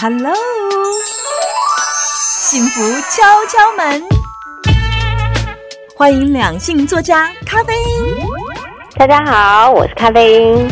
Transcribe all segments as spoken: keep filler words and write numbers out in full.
Hello， 幸福敲敲门，欢迎两性作家咖啡因。 大家好，我是咖啡因。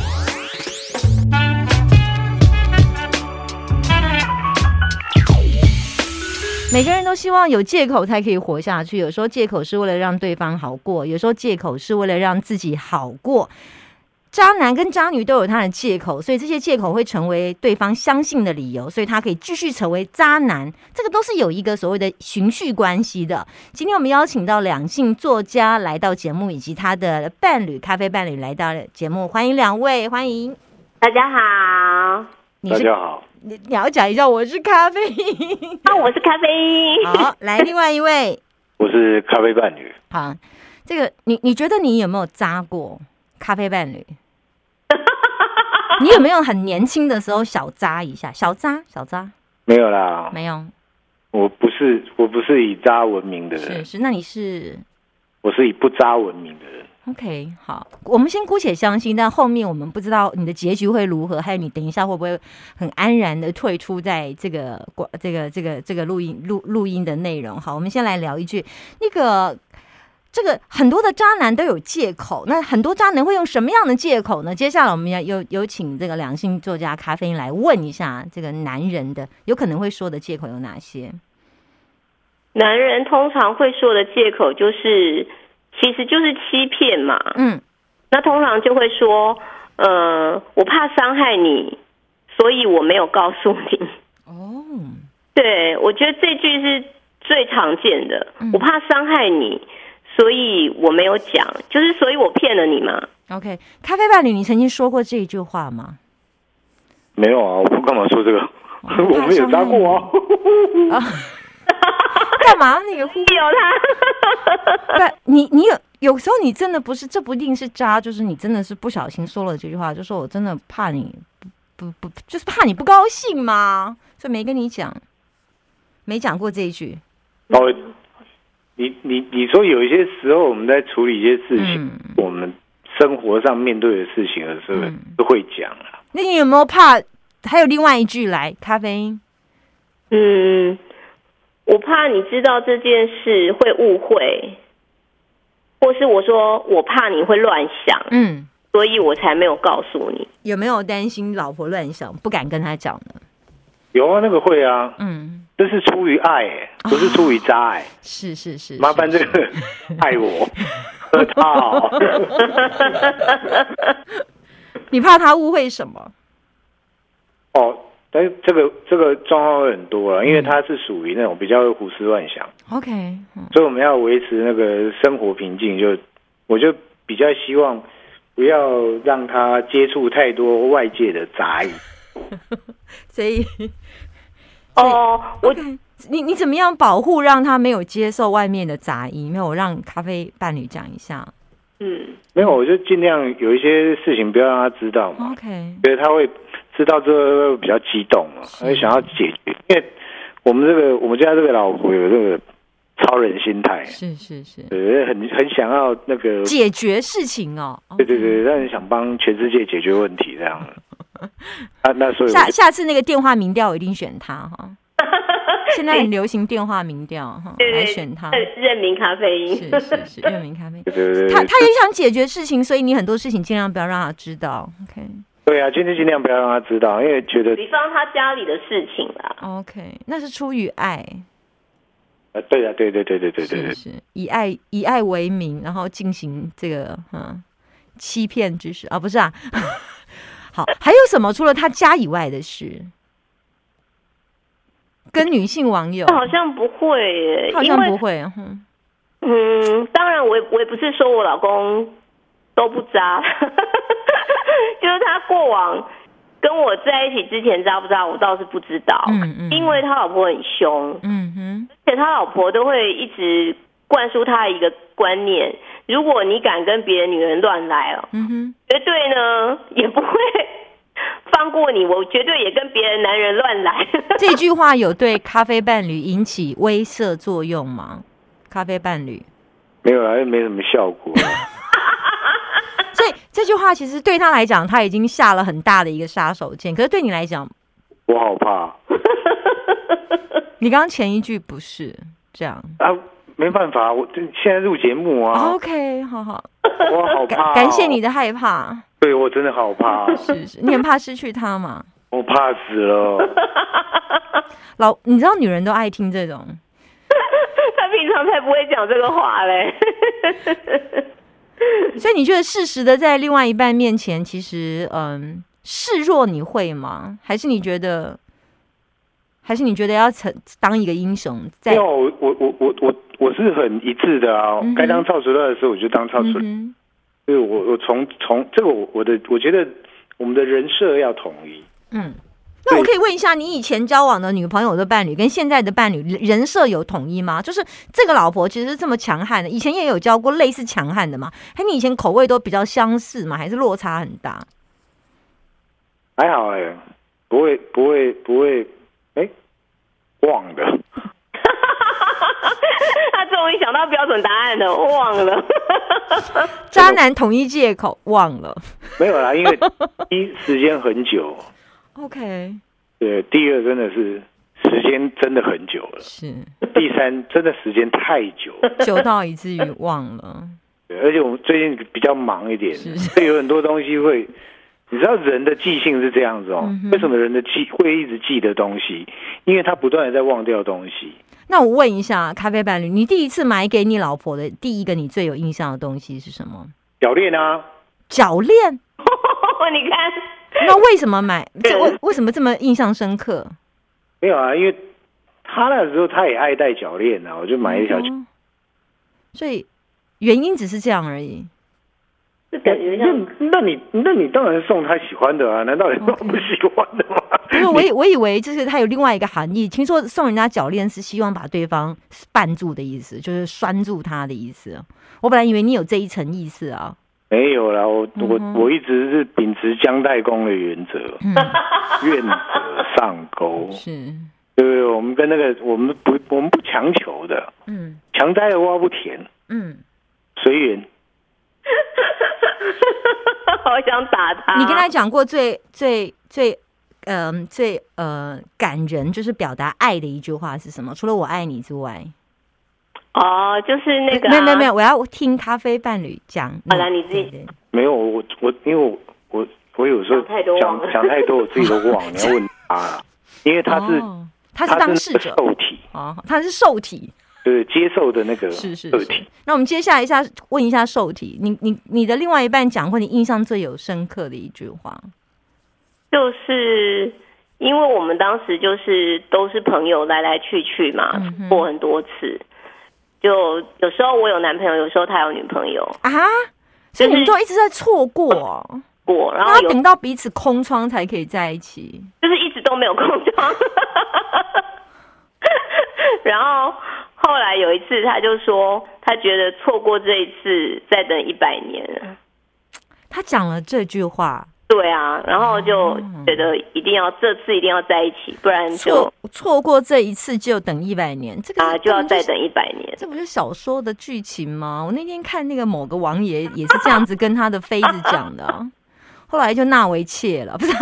每个人都希望有借口才可以活下去，有时候借口是为了让对方好过，有时候借口是为了让自己好过。渣男跟渣女都有他的借口，所以这些借口会成为对方相信的理由，所以他可以继续成为渣男，这个都是有一个所谓的循序关系的。今天我们邀请到两性作家来到节目，以及他的伴侣咖啡伴侣来到节目，欢迎两位，欢迎。 大家好。 大家好。 你你要讲一下我是咖啡因啊，我是咖啡因。 好，来另外一位， 我是咖啡伴侣。 好，这个你你觉得你有没有渣过咖啡伴侣？你有没有很年轻的时候小渣一下？小渣小渣没有啦， 没有。 我不是我不是以渣闻名的人， 是是，那你是？ 我是以不渣闻名的人。 OK， 好，我们先姑且相信，但后面我们不知道你的结局会如何，还有你等一下会不会很安然的退出在这个这个这个这个录音录录音的内容。好，我们先来聊一句，那个这个很多的渣男都有借口，那很多渣男会用什么样的借口呢？接下来我们要有有请这个两性作家咖啡因来问一下，这个男人的有可能会说的借口有哪些？ 男人通常会说的借口就是。其实就是欺骗嘛，嗯，那通常就会说，呃，我怕伤害你，所以我没有告诉你。哦，对，我觉得这句是最常见的，嗯、我怕伤害你，所以我没有讲，就是所以我骗了你嘛。 OK， 咖啡伴侣，你曾经说过这一句话吗？ 没有啊，我干嘛说这个？哦、我没有渣过啊。啊干嘛？那个忽悠他？ 不，你你有有时候你真的不是，这不一定是渣，就是你真的是不小心说了这句话，就说我真的怕你不不不，就是怕你不高兴嘛，所以没跟你讲，没讲过这一句。 哦，你你你说有一些时候我们在处理一些事情，嗯、我们生活上面对的事情的时候、嗯、都会讲啊。 那你有没有怕？还有另外一句来，咖啡因。 嗯。我怕你知道这件事会误会，或是我说我怕你会乱想，嗯，所以我才没有告诉你。 有没有担心老婆乱想，不敢跟他讲呢？ 有啊，那个会啊，嗯，这是出于爱、欸，不是出于渣爱、欸哦。 是是是， 麻烦这个爱我，喝他。 你怕他误会什么？ 哦。但是这个这个状况会很多了，因为他是属于那种比较会胡思乱想。 OK，、 嗯、所以我们要维持那个生活平静，就我就比较希望不要让他接触太多外界的杂音。 所以， 哦，我你你怎么样保护让他没有接受外面的杂音？没有，我让咖啡伴侣讲一下。 嗯，没有，我就尽量有一些事情不要让他知道嘛。 OK， 所以他会。知道之后会比较激动嘛，会想要解决，因为我们这个我们家这个老婆有这个超人心态， 是是是， 对，很很想要那个解决事情哦， 对对对，让人想帮全世界解决问题这样。啊，那所以下下次那个电话民调我一定选他哈。现在很流行电话民调哈，来选他， 任明咖啡因， 是是是，任明咖啡因。 对对对， 他他也想解决事情，所以你很多事情尽量不要让他知道。OK。 对啊，尽尽量不要让他知道，因为觉得比方他家里的事情啦。 OK， 那是出于爱。 啊，对啊，对对对对对对对， 是以爱以爱为名，然后进行这个嗯欺骗之事啊，不是啊。好，还有什么除了他家以外的事？跟女性网友好像不会耶， 好像不会。嗯, 嗯，当然我也我也不是说我老公都不渣。就是他过往跟我在一起之前渣不渣，我倒是不知道。嗯嗯，因为他老婆很凶，嗯哼，而且他老婆都会一直灌输他一个观念：如果你敢跟别的女人乱来哦，嗯哼，绝对呢也不会放过你，我绝对也跟别的男人乱来。 这句话有对咖啡伴侣引起威慑作用吗？咖啡伴侣没有啊，又没什么效果。 所以这句话其实对他来讲，他已经下了很大的一个杀手锏。可是对你来讲， 我好怕。 你刚刚前一句不是这样啊？没办法，我现在录节目啊。 OK， 好好。 我好怕、哦， 感谢你的害怕。 对，我真的好怕。 是是，你很怕失去他吗？ 我怕死了。 老，你知道女人都爱听这种。 他平常才不会讲这个话嘞。 所以你觉得适时的在另外一半面前，其实嗯，示弱你会吗？还是你觉得？还是你觉得要成当一个英雄？ 没有，我我我我我我是很一致的啊。该、嗯、当超熟的时候，我就当超熟。嗯，所以我我从从这个我我的我觉得我们的人设要统一。 嗯，那我可以问一下，你以前交往的女朋友的伴侣跟现在的伴侣人设有统一吗？就是这个老婆其实是这么强悍的，以前也有交过类似强悍的嘛？还你以前口味都比较相似嘛？还是落差很大？ 还好哎、欸，不会不会不会。哎，忘了。 他终于想到标准答案了，忘了。 渣男统一借口，忘了。 没有啦，因为第一时间很久。 OK。 对，第二真的是时间真的很久了。 是。 第三真的时间太久了， 久到以至于忘了。 对，而且我们最近比较忙一点，所以有很多东西会。你知道人的记性是这样子哦、嗯，为什么人的记会一直记得东西？因为他不断的在忘掉东西。 那我问一下，咖啡伴侣，你第一次买给你老婆的第一个你最有印象的东西是什么？ 脚链啊， 脚链。 你看， 那为什么买？这为为什么这么印象深刻？ 没有啊，因为他那时候他也爱戴脚链啊，我就买一条、哦。 所以原因只是这样而已。 就感觉像， 那你那你当然送他喜欢的啊？难道你都不喜欢的吗？ 不是，我以我以为就是他有另外一个含义。听说送人家脚链是希望把对方绊住的意思，就是拴住他的意思。我本来以为你有这一层意思啊。 没有啦，我我、嗯、我一直是秉持姜太公的原则，嗯、愿者上钩。 是， 对不对？我们跟那个我们不我们不强求的，嗯，强摘的瓜不甜，嗯，随缘。 好想打他！ 你跟他讲过最最最呃最呃感人，就是表达爱的一句话是什么？除了我爱你之外， 哦，就是那个、啊、 没有没有没有，我要听咖啡伴侣讲。 好了，你自己没有我我因为我我我有时候讲讲太多，我自己都忘了。你要问他，因为他是、哦、 他是当事者， 受体哦，他是受体。 对，接受的那个是是是。那我们接下来一下问一下受体，你你你的另外一半讲过你印象最有深刻的一句话， 就是因为我们当时就是都是朋友来来去去嘛，嗯、过很多次，就有时候我有男朋友，有时候他有女朋友啊，所以你们都一直在错过、哦、 过，然后等到彼此空窗才可以在一起， 就是一直都没有空窗，然后。后来有一次，他就说他觉得错过这一次，再等一百年。 他讲了这句话， 对啊，然后就觉得一定要、哦、这次一定要在一起，不然就错过这一次就等一百年。这个啊，就要再等一百年。 这不是小说的剧情吗？我那天看那个某个王爷也是这样子跟他的妃子讲的、啊，后来就纳为妾了，不是？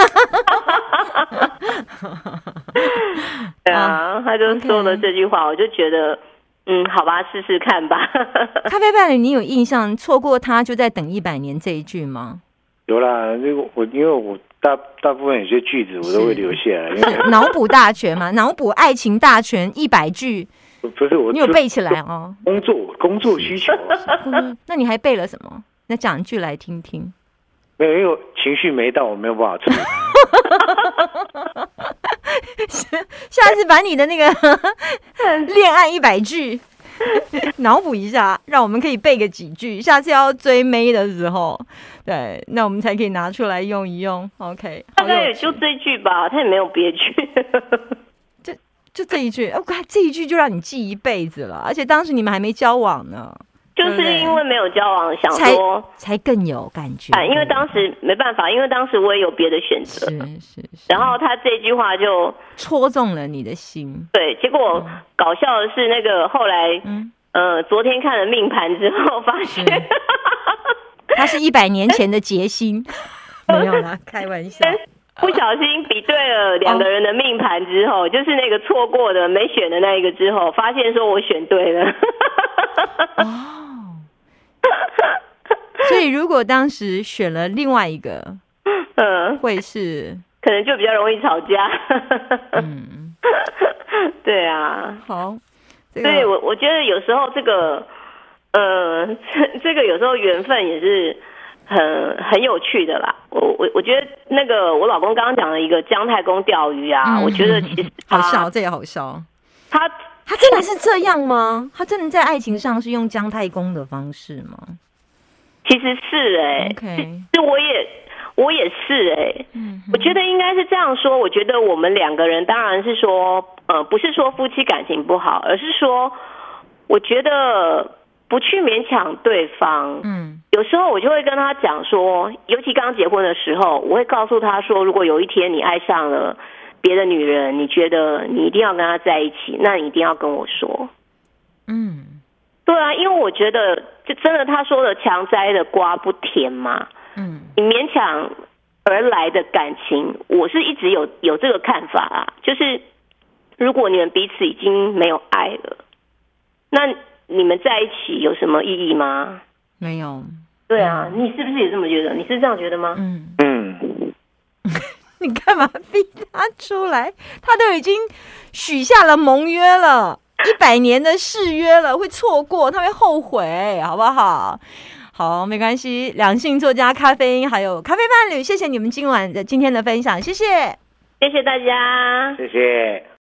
对啊，他就说了这句话， okay. 我就觉得，嗯，好吧，试试看吧。 咖啡伴侣，你有印象错过他就在等一百年这一句吗？ 有啦，我因为我大大部分有些句子我都会留下来，因为脑补大全嘛，脑补爱情大全一百句， 不是我， 你有背起来哦？ 工作工作需求、 嗯，那你还背了什么？那讲一句来听听。 没有，因为情绪没到，我没有办法处理。 下次把你的那个恋爱一百句脑补一下，让我们可以背个几句。下次要追妹的时候，对，那我们才可以拿出来用一用。OK， 大概也就这一句吧，他也没有别句。 就就这一句，哦，这一句就让你记一辈子了。而且当时你们还没交往呢。 就是因为没有交往，想说才, 才更有感觉、 啊。因为当时没办法，因为当时我也有别的选择。 是是是。 然后他这句话就戳中了你的心。 对，结果搞笑的是，那个后来，嗯呃，昨天看了命盘之后，发现他是一百年前的劫星，没有啦，开玩笑。 不小心比对了两个人的命盘之后，哦、就是那个错过的没选的那一个之后，发现说我选对了。 哦，所以如果当时选了另外一个，嗯，会是可能就比较容易吵架。嗯，对啊， 好， 这个、所以我我觉得有时候这个，呃，这这个有时候缘分也是。很很有趣的啦，我我我觉得那个我老公刚刚讲的一个姜太公钓鱼啊，嗯、我觉得其实好笑，这也好笑。 他他真的是这样吗？他真的在爱情上是用姜太公的方式吗？ 其实是哎、欸， okay. 是我也我也是哎、欸嗯，我觉得应该是这样说。我觉得我们两个人当然是说，呃，不是说夫妻感情不好，而是说，我觉得。不去勉强对方，嗯，有时候我就会跟他讲说，尤其刚结婚的时候，我会告诉他说，如果有一天你爱上了别的女人，你觉得你一定要跟他在一起，那你一定要跟我说，嗯，对啊，因为我觉得就真的他说的强摘的瓜不甜嘛，嗯，你勉强而来的感情，我是一直有有这个看法啊，就是如果你们彼此已经没有爱了，那你们在一起有什么意义吗？ 没有。 对啊，你是不是也这么觉得？你是这样觉得吗？ 嗯嗯。你干嘛逼他出来？他都已经许下了盟约了，一百年的誓约了，会错过，他会后悔，好不好？好，没关系。两性作家咖啡因还有咖啡伴侣，谢谢你们今晚的今天的分享，谢谢， 谢谢大家， 谢谢。